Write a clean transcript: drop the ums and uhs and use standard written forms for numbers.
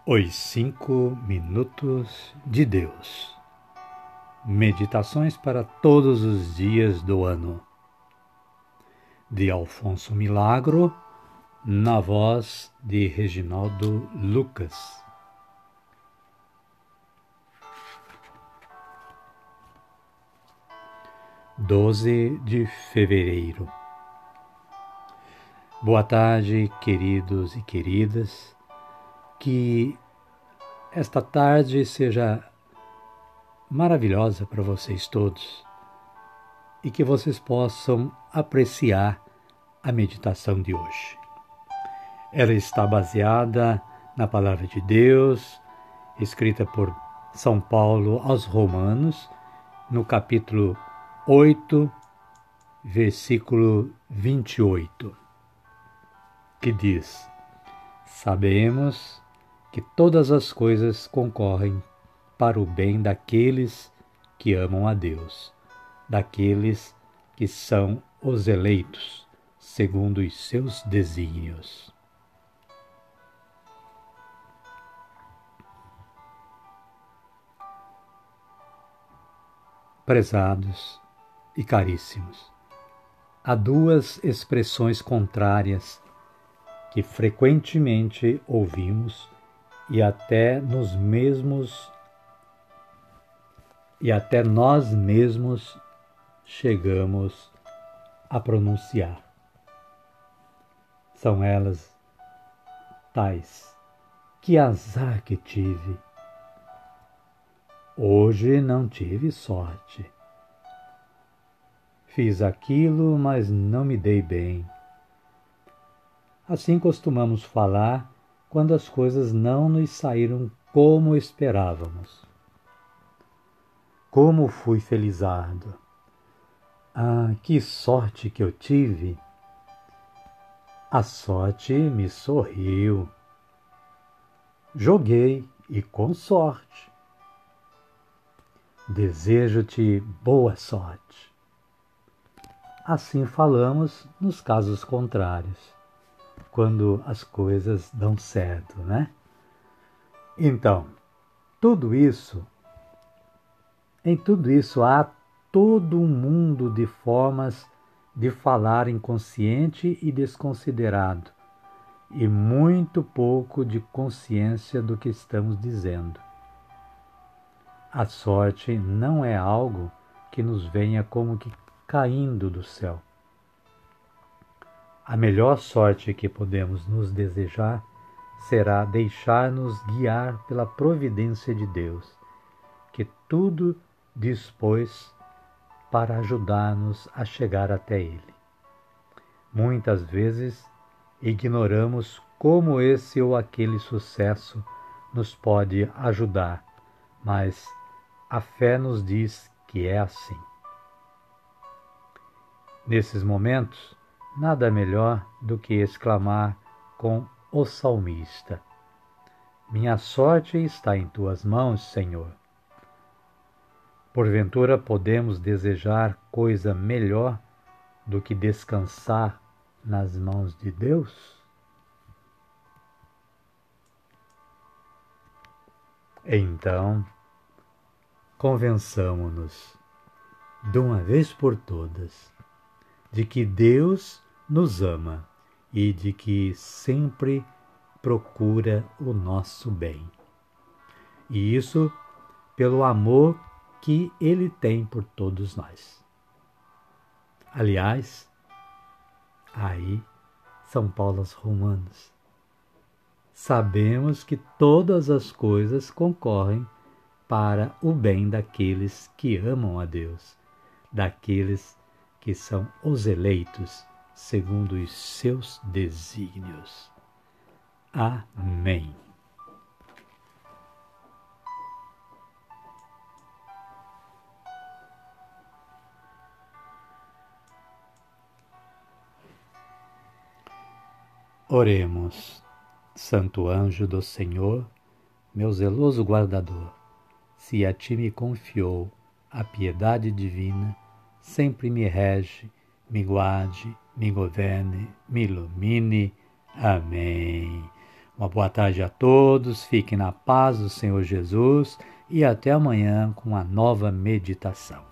Os 5 minutos de Deus. Meditações para todos os dias do ano. De Alfonso Milagro, na voz de Reginaldo Lucas. (12 de fevereiro). Boa tarde, queridos e queridas. Que esta tarde seja maravilhosa para vocês todos e que vocês possam apreciar a meditação de hoje. Ela está baseada na Palavra de Deus, escrita por São Paulo aos Romanos, no capítulo 8, versículo 28, que diz: Sabemos que todas as coisas concorrem para o bem daqueles que amam a Deus, daqueles que são os eleitos, segundo os seus desígnios. Prezados e caríssimos, há duas expressões contrárias que frequentemente ouvimos e até nós mesmos chegamos a pronunciar. São elas tais: que azar que tive! Hoje não tive sorte. Fiz aquilo, mas não me dei bem. Assim costumamos falar quando as coisas não nos saíram como esperávamos. Como fui felizardo! Ah, que sorte que eu tive! A sorte me sorriu. Joguei e com sorte. Desejo-te boa sorte. Assim falamos nos casos contrários, quando as coisas dão certo, né? Então, em tudo isso há todo um mundo de formas de falar inconsciente e desconsiderado, e muito pouco de consciência do que estamos dizendo. A sorte não é algo que nos venha como que caindo do céu. A melhor sorte que podemos nos desejar será deixar-nos guiar pela providência de Deus, que tudo dispôs para ajudar-nos a chegar até Ele. Muitas vezes ignoramos como esse ou aquele sucesso nos pode ajudar, mas a fé nos diz que é assim. Nesses momentos, nada melhor do que exclamar com o salmista: Minha sorte está em tuas mãos, Senhor. Porventura podemos desejar coisa melhor do que descansar nas mãos de Deus? Então, convençamo-nos, de uma vez por todas, de que Deus nos ama e de que sempre procura o nosso bem. E isso pelo amor que Ele tem por todos nós. Aliás, aí, São Paulo aos Romanos, sabemos que todas as coisas concorrem para o bem daqueles que amam a Deus, daqueles que são os eleitos segundo os seus desígnios. Amém. Oremos. Santo anjo do Senhor, meu zeloso guardador, se a ti me confiou a piedade divina, sempre me rege, me guarde, me governe, me ilumine. Amém. Uma boa tarde a todos, fiquem na paz do Senhor Jesus e até amanhã com uma nova meditação.